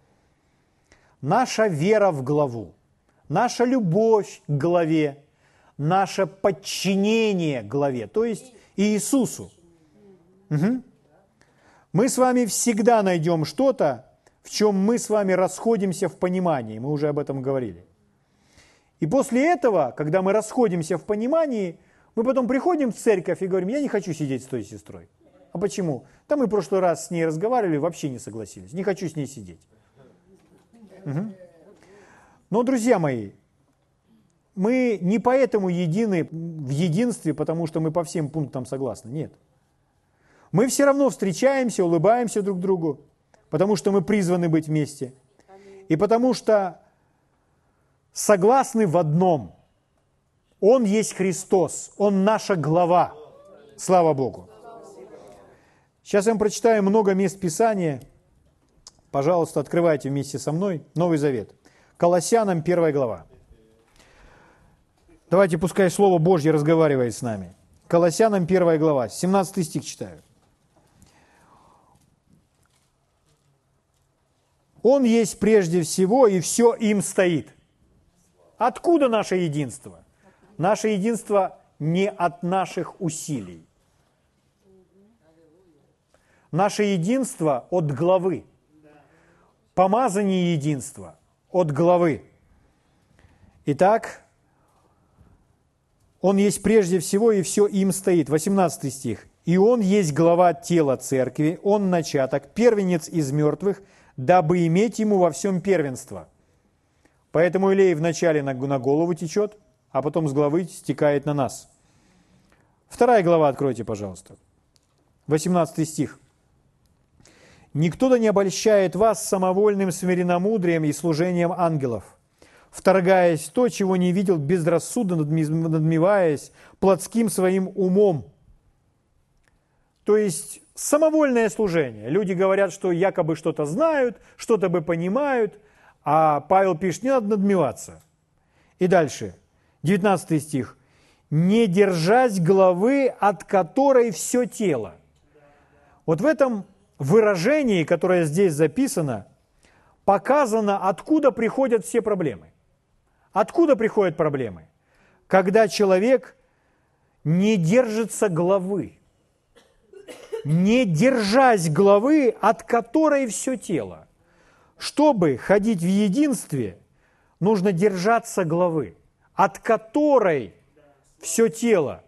Наша вера в главу, наша любовь к главе, наше подчинение главе, то есть Иисусу. Угу. Мы с вами всегда найдем что-то, в чем мы с вами расходимся в понимании. Мы уже об этом говорили. И после этого, когда мы расходимся в понимании, мы потом приходим в церковь и говорим: я не хочу сидеть с той сестрой. А почему? Да мы в прошлый раз с ней разговаривали, вообще не согласились. Не хочу с ней сидеть. Угу. Но, друзья мои, мы не поэтому едины в единстве, потому что мы по всем пунктам согласны. Нет. Мы все равно встречаемся, улыбаемся друг другу, потому что мы призваны быть вместе. И потому что согласны в одном. Он есть Христос, Он наша глава. Слава Богу. Сейчас я вам прочитаю много мест Писания. Пожалуйста, открывайте вместе со мной Новый Завет. Колоссянам 1 глава. Давайте, пускай Слово Божье разговаривает с нами. Колоссянам 1 глава, 17 стих читаю. Он есть прежде всего, и все им стоит. Откуда наше единство? Наше единство не от наших усилий. Наше единство от главы. Помазание единства от главы. Итак, Он есть прежде всего, и все им стоит. 18 стих. «И Он есть глава тела церкви, Он начаток, первенец из мертвых, дабы иметь Ему во всем первенство». Поэтому Илей вначале на голову течет, а потом с главы стекает на нас. 2 глава откройте, пожалуйста. 18 стих. «Никто да не обольщает вас самовольным смиренномудрием и служением ангелов, вторгаясь в то, чего не видел, безрассудно надмеваясь плотским своим умом». То есть самовольное служение. Люди говорят, что якобы что-то знают, что-то бы понимают, а Павел пишет: не надо надмеваться. И дальше, 19 стих. «Не держась главы, от которой все тело». Вот в этом выражении, которое здесь записано, показано, откуда приходят все проблемы. Откуда приходят проблемы? Когда человек не держится главы. Не держась главы, от которой все тело. Чтобы ходить в единстве, нужно держаться главы, от которой все тело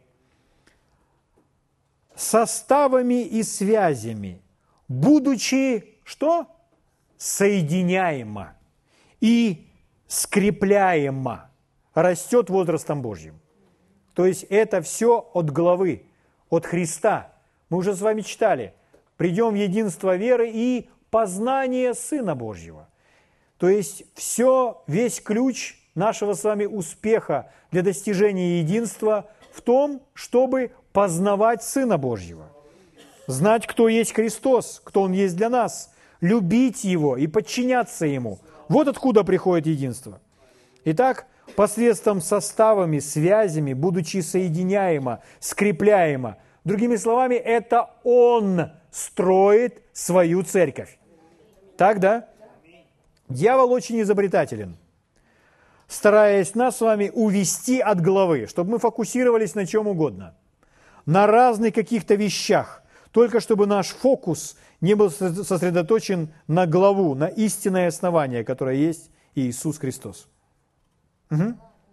составами и связями, будучи что? Соединяемо и скрепляемо, растет возрастом Божьим. То есть это все от главы, от Христа. Мы уже с вами читали. Придем в единство веры и познание Сына Божьего. То есть все, весь ключ нашего с вами успеха для достижения единства в том, чтобы познавать Сына Божьего. Знать, кто есть Христос, кто Он есть для нас, любить Его и подчиняться Ему. Вот откуда приходит единство. Итак, посредством составами, связями, будучи соединяемо, скрепляемо. Другими словами, это Он строит свою церковь. Так, да? Дьявол очень изобретателен, стараясь нас с вами увести от главы, чтобы мы фокусировались на чем угодно, на разных каких-то вещах, только чтобы наш фокус не был сосредоточен на главу, на истинное основание, которое есть Иисус Христос. Угу.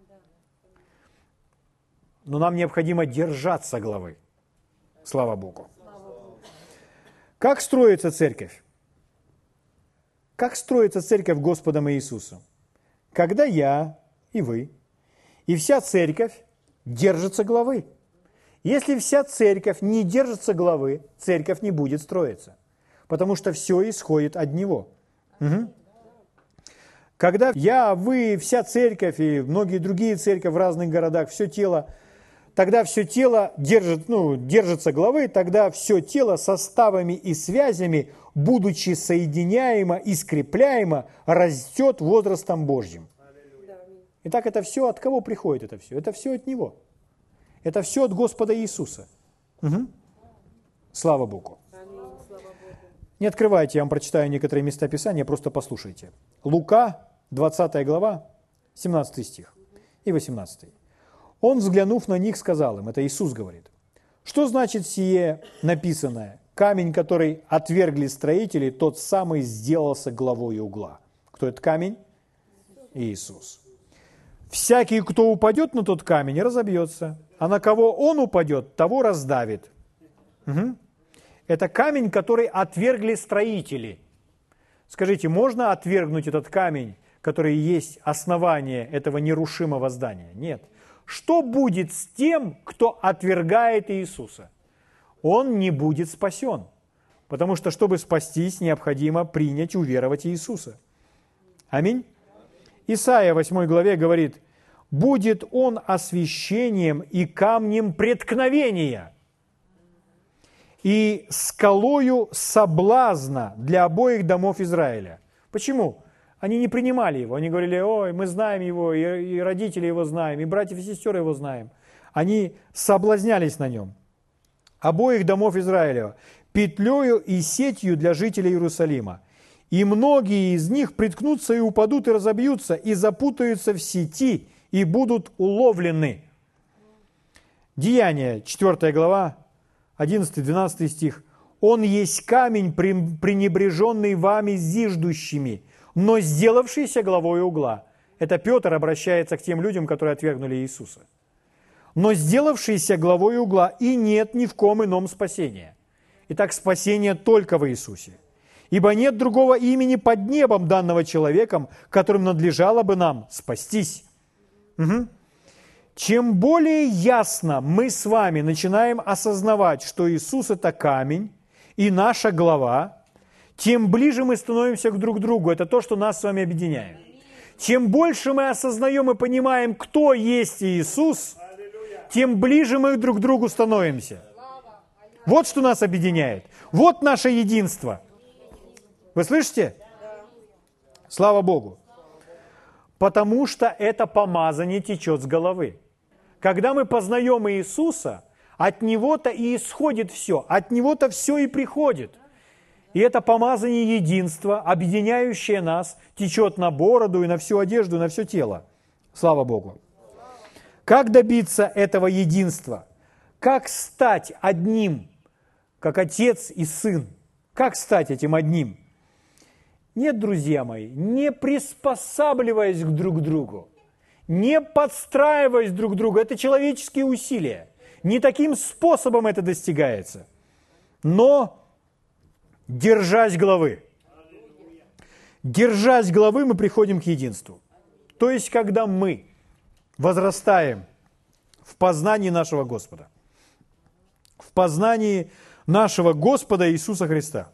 Но нам необходимо держаться главы. Слава Богу. Как строится церковь? Как строится церковь Господом Иисусом? Когда я и вы, и вся церковь держится главы. Если вся церковь не держится главы, церковь не будет строиться, потому что все исходит от Него. Угу. Когда я, вы, вся церковь и многие другие церкви в разных городах, все тело, тогда все тело держится главы, тогда все тело составами и связями, будучи соединяемо и скрепляемо, растет возрастом Божьим. Итак, это все от кого приходит это все? Это все от Него. Это все от Господа Иисуса. Угу. Слава Богу. Не открывайте, я вам прочитаю некоторые места Писания, просто послушайте. Лука, 20 глава, 17 стих и 18. Он, взглянув на них, сказал им, это Иисус говорит: что значит сие написанное? Камень, который отвергли строители, тот самый сделался главой угла. Кто этот камень? Иисус. Всякий, кто упадет на тот камень, разобьется, а на кого он упадет, того раздавит. Угу. Это камень, который отвергли строители. Скажите, можно отвергнуть этот камень, который есть основание этого нерушимого здания? Нет. Что будет с тем, кто отвергает Иисуса? Он не будет спасен. Потому что, чтобы спастись, необходимо принять и уверовать Иисуса. Аминь. Исайя 8 главе говорит: «Будет он освящением и камнем преткновения, и скалою соблазна для обоих домов Израиля». Почему? Они не принимали его. Они говорили: ой, мы знаем его, и родители его знаем, и братьев и сестер его знаем. Они соблазнялись на нем. Обоих домов Израиля, петлею и сетью для жителей Иерусалима. И многие из них приткнутся и упадут, и разобьются, и запутаются в сети, и будут уловлены. Деяния, 4 глава, 11-12 стих. «Он есть камень, пренебреженный вами зиждущими, но сделавшийся главой угла». Это Петр обращается к тем людям, которые отвергнули Иисуса. «Но сделавшийся главой угла, и нет ни в ком ином спасения». Итак, спасение только в Иисусе. «Ибо нет другого имени под небом, данного человеком, которым надлежало бы нам спастись». Угу. Чем более ясно мы с вами начинаем осознавать, что Иисус – это камень и наша глава, тем ближе мы становимся друг к другу. Это то, что нас с вами объединяет. Чем больше мы осознаем и понимаем, кто есть Иисус, тем ближе мы друг к другу становимся. Вот что нас объединяет. Вот наше единство. Вы слышите? Слава Богу. Потому что это помазание течет с головы. Когда мы познаем Иисуса, от Него-то и исходит все, от Него-то все и приходит. И это помазание единства, объединяющее нас, течет на бороду и на всю одежду, и на все тело. Слава Богу. Как добиться этого единства? Как стать одним, как Отец и Сын? Как стать этим одним? Нет, друзья мои, не приспосабливаясь друг к другу, не подстраиваясь друг к другу, это человеческие усилия. Не таким способом это достигается, но держась главы. Держась главы, мы приходим к единству. То есть, когда мы возрастаем в познании нашего Господа, в познании нашего Господа Иисуса Христа,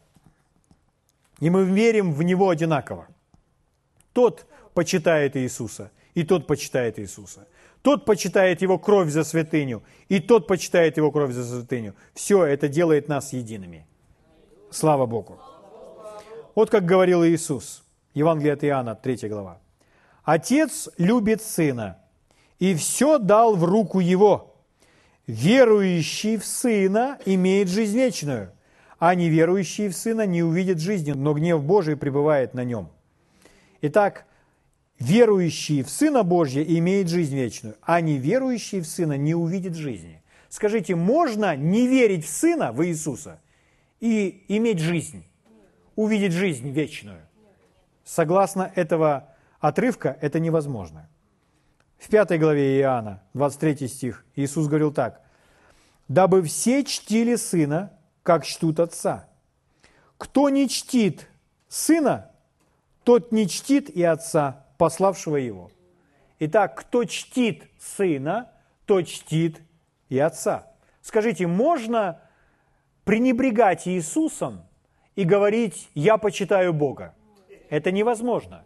и мы верим в Него одинаково. Тот почитает Иисуса, и тот почитает Иисуса. Тот почитает Его кровь за святыню, и тот почитает Его кровь за святыню. Все это делает нас едиными. Слава Богу. Вот как говорил Иисус, Евангелие от Иоанна, 3 глава. «Отец любит Сына, и все дал в руку Его. Верующий в Сына имеет жизнь вечную, а неверующий в Сына не увидит жизни, но гнев Божий пребывает на нем». Итак, верующий в Сына Божьего имеет жизнь вечную, а неверующий в Сына не увидит жизни. Скажите, можно не верить в Сына, в Иисуса, и иметь жизнь, увидеть жизнь вечную? Согласно этого отрывка, это невозможно. В 5 главе Иоанна, 23 стих, Иисус говорил так: «Дабы все чтили Сына, как чтут Отца. Кто не чтит Сына, тот не чтит и Отца, пославшего Его». Итак, кто чтит Сына, тот чтит и Отца. Скажите, можно пренебрегать Иисусом и говорить: «Я почитаю Бога»? Это невозможно.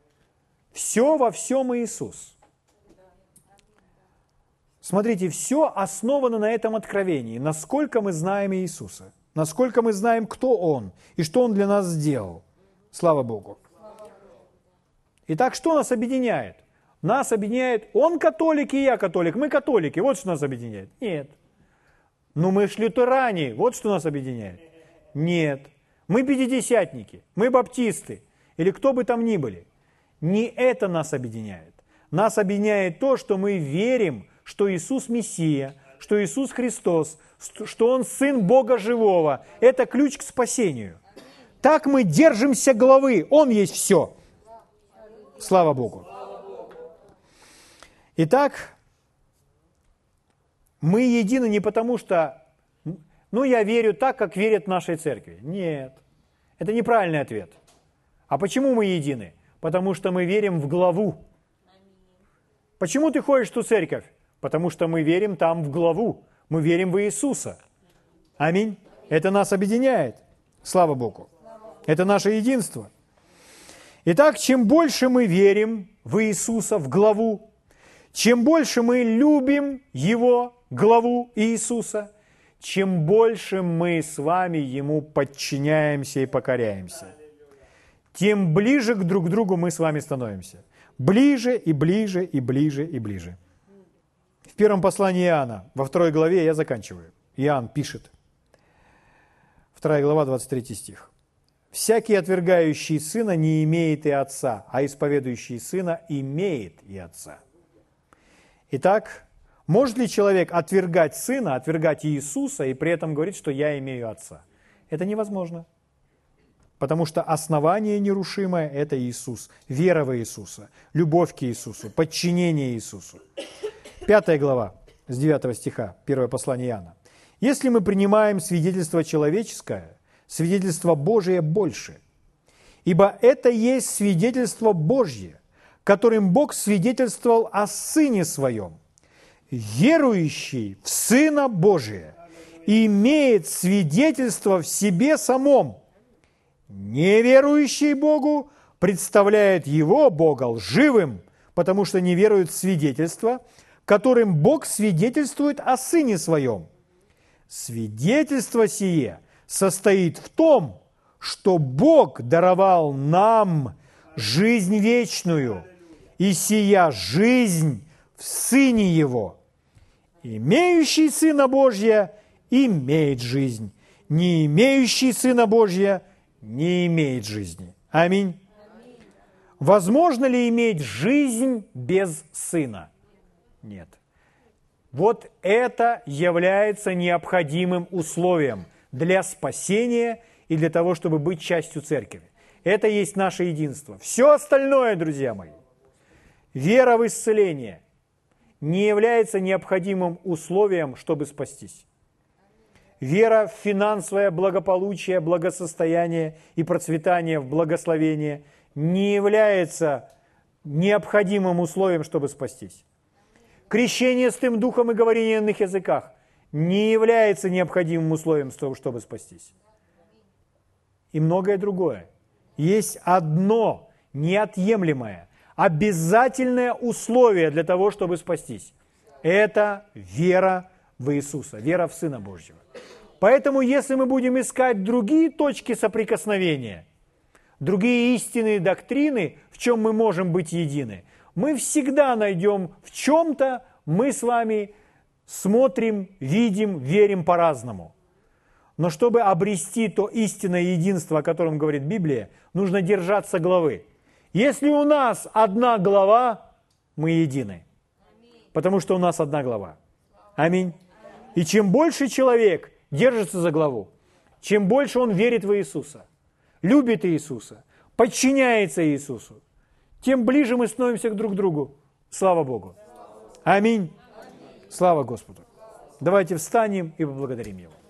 Все во всем Иисус. Смотрите, все основано на этом откровении. Насколько мы знаем Иисуса, насколько мы знаем, кто Он и что Он для нас сделал. Слава Богу. Итак, что нас объединяет? Нас объединяет Он католик и я католик. Мы католики. Вот что нас объединяет. Нет. Ну мы ж лютеране. Вот что нас объединяет. Нет. Мы пятидесятники. Мы баптисты. Или кто бы там ни были. Не это нас объединяет. Нас объединяет то, что мы верим, что Иисус Мессия, что Иисус Христос, что Он Сын Бога Живого. Это ключ к спасению. Так мы держимся главы. Он есть все. Слава Богу. Итак, мы едины не потому, что, я верю так, как верят в нашей церкви. Нет, это неправильный ответ. А почему мы едины? Потому что мы верим в главу. Почему ты ходишь в ту церковь? Потому что мы верим там в главу. Мы верим в Иисуса. Аминь. Это нас объединяет. Слава Богу. Это наше единство. Итак, чем больше мы верим в Иисуса, в главу, чем больше мы любим Его, главу Иисуса, чем больше мы с вами Ему подчиняемся и покоряемся, тем ближе к друг другу мы с вами становимся. Ближе и ближе и ближе и ближе. В первом послании Иоанна, во 2 главе, я заканчиваю. Иоанн пишет, 2 глава, 23 стих. «Всякий, отвергающий Сына, не имеет и Отца, а исповедующий Сына имеет и Отца». Итак, может ли человек отвергать Сына, отвергать Иисуса и при этом говорить, что я имею Отца? Это невозможно. Потому что основание нерушимое – это Иисус, вера в Иисуса, любовь к Иисусу, подчинение Иисусу. 5 глава, с 9 стиха, 1 послание Иоанна. «Если мы принимаем свидетельство человеческое, свидетельство Божие больше, ибо это есть свидетельство Божье, которым Бог свидетельствовал о Сыне Своем. Верующий в Сына Божия имеет свидетельство в себе самом. Неверующий Богу представляет Его, Бога, лживым, потому что не верует в свидетельство, которым Бог свидетельствует о Сыне Своем. Свидетельство сие состоит в том, что Бог даровал нам жизнь вечную, и сия жизнь в Сыне Его. Имеющий Сына Божия имеет жизнь, не имеющий Сына Божия не имеет жизни. Аминь. Возможно ли иметь жизнь без Сына? Нет. Вот это является необходимым условием для спасения и для того, чтобы быть частью церкви. Это есть наше единство. Все остальное, друзья мои, вера в исцеление не является необходимым условием, чтобы спастись. Вера в финансовое благополучие, благосостояние и процветание в благословение не является необходимым условием, чтобы спастись. Крещение Святым Духом и говорение на иных языках не является необходимым условием, чтобы спастись. И многое другое. Есть одно неотъемлемое, обязательное условие для того, чтобы спастись. Это вера в Иисуса, вера в Сына Божьего. Поэтому, если мы будем искать другие точки соприкосновения, другие истинные доктрины, в чем мы можем быть едины, мы всегда найдем в чем-то, мы с вами смотрим, видим, верим по-разному. Но чтобы обрести то истинное единство, о котором говорит Библия, нужно держаться главы. Если у нас одна глава, мы едины. Потому что у нас одна глава. Аминь. И чем больше человек держится за главу, чем больше он верит в Иисуса, любит Иисуса, подчиняется Иисусу, тем ближе мы становимся друг к другу. Слава Богу. Аминь. Слава Господу. Давайте встанем и поблагодарим Его.